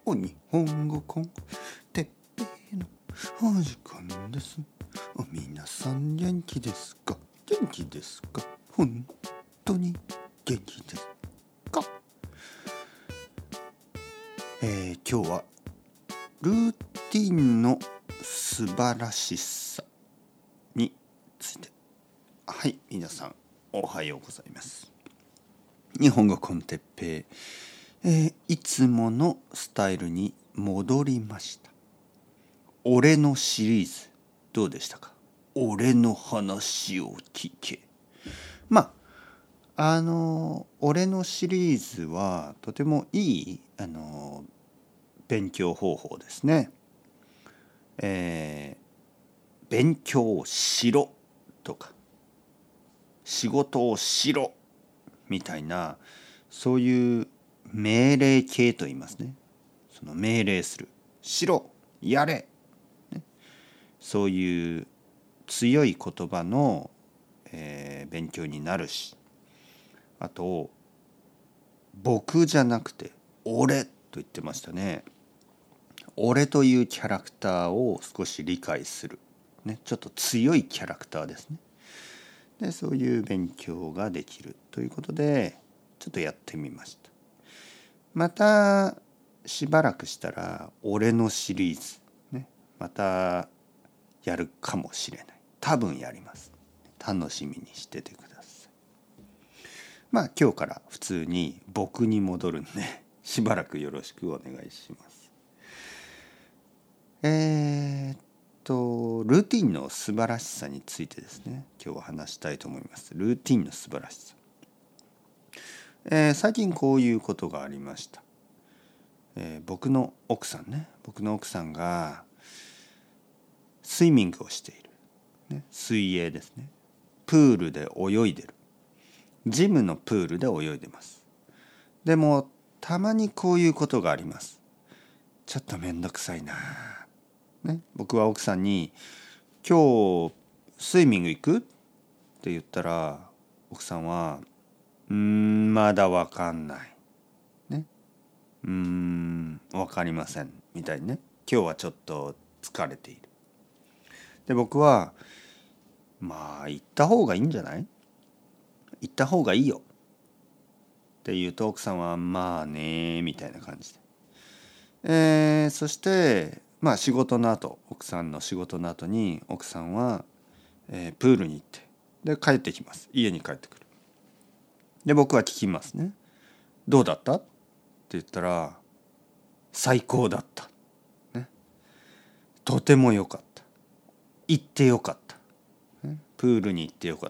お日本語コンテッペイのお時間です。皆さん元気ですか？元気ですか？本当に元気ですか？今日はルーティンの素晴らしさについて。はい、皆さんおはようございます。日本語コンテッペイ、いつものスタイルに戻りました。俺のシリーズどうでしたか？俺の話を聞け。俺のシリーズはとてもいい勉強方法ですね。勉強しろとか仕事をしろみたいな、そういう命令形と言いますね。その命令する、しろ、やれ、ね、そういう強い言葉の、勉強になるし、あと僕じゃなくて俺と言ってましたね。俺というキャラクターを少し理解する、ね、ちょっと強いキャラクターですね。でそういう勉強ができるということでちょっとやってみました。またしばらくしたら俺のシリーズ、ね、またやるかもしれない。多分やります。楽しみにしててください。今日から普通に僕に戻るんでしばらくよろしくお願いします。ルーティンの素晴らしさについてですね、今日は話したいと思います。ルーティンの素晴らしさ。最近こういうことがありました。僕の奥さんがスイミングをしている、ね、水泳ですね。プールで泳いでる。ジムのプールで泳いでます。でもたまにこういうことがあります。ちょっとめんどくさいな、ね、僕は奥さんに今日スイミング行くって言ったら、奥さんはまだわかんないね、わかりませんみたいにね、今日はちょっと疲れている。で僕は行った方がいいんじゃない？行った方がいいよって言うと、奥さんはまあねみたいな感じで、そして奥さんの仕事の後に奥さんは、プールに行ってで帰ってきます。家に帰ってくる。で僕は聞きますね。どうだったって言ったら、最高だった、ね、とても良かった、行って良かった、ね、プールに行って良かった。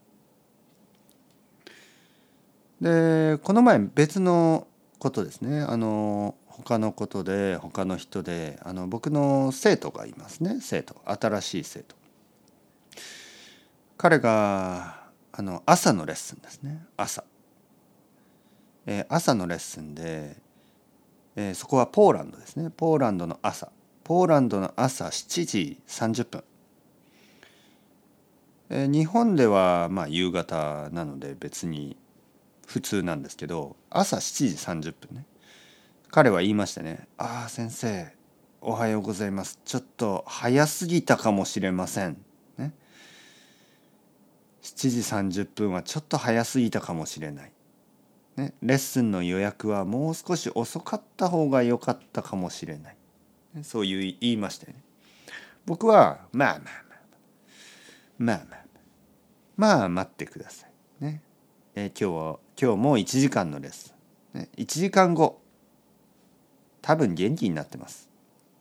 でこの前別のことですね、他のことで他の人で僕の生徒がいますね。新しい生徒。彼が朝のレッスンですね。朝のレッスンで、そこはポーランドですね。ポーランドの朝7時30分、日本では夕方なので別に普通なんですけど、朝7時30分ね。彼は言いましたね。先生おはようございます。ちょっと早すぎたかもしれません、ね、7時30分はちょっと早すぎたかもしれない、ね、レッスンの予約はもう少し遅かった方が良かったかもしれない、ね、そういう言いましたよね。僕は待ってください、ね。今日も1時間のレッスン、ね、1時間後多分元気になってます。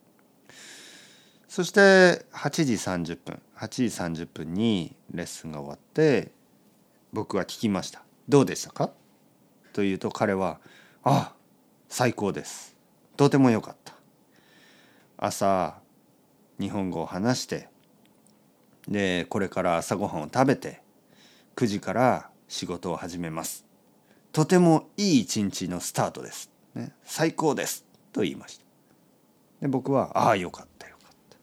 そして8時30分にレッスンが終わって僕は聞きました。どうでしたかというと、彼は最高です、とても良かった、朝日本語を話して、でこれから朝ごはんを食べて9時から仕事を始めます。とてもいい一日のスタートです、ね、最高ですと言いました。で僕はよかった。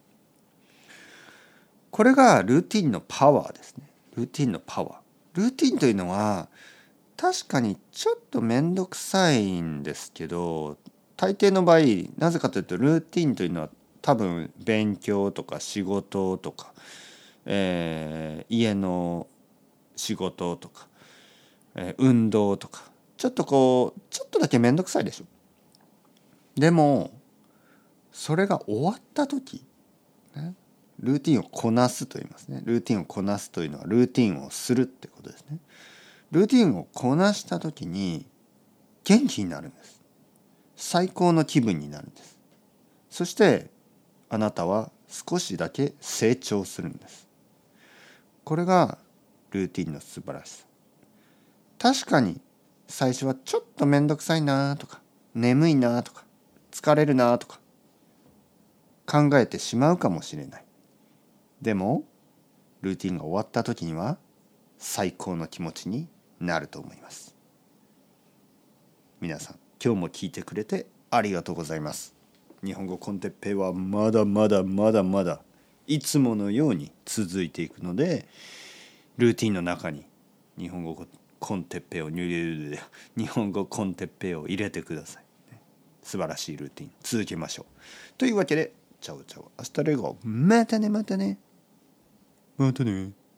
これがルーティンのパワーですね。ルーティンというのは確かにちょっとめんどくさいんですけど、 大抵の場合なぜかというとルーティンというのは多分勉強とか仕事とか、家の仕事とか、運動とかちょっとだけ面倒くさいでしょ。でもそれが終わった時、ね、ルーティンをこなすと言いますね。ルーティンをこなすというのはルーティンをするってことですね。ルーティンをこなした時に元気になるんです。最高の気分になるんです。そしてあなたは少しだけ成長するんです。これがルーティンの素晴らしさ。確かに最初はちょっと面倒くさいなとか眠いなとか疲れるなとか考えてしまうかもしれない。でもルーティンが終わった時には最高の気持ちになると思います。皆さん今日も聞いてくれてありがとうございます。日本語コンテッペイはまだまだいつものように続いていくので、ルーティンの中に日本語コンテッペイを入れてください。素晴らしいルーティン続けましょう。というわけでチャオチャオアスタレゴ、またね。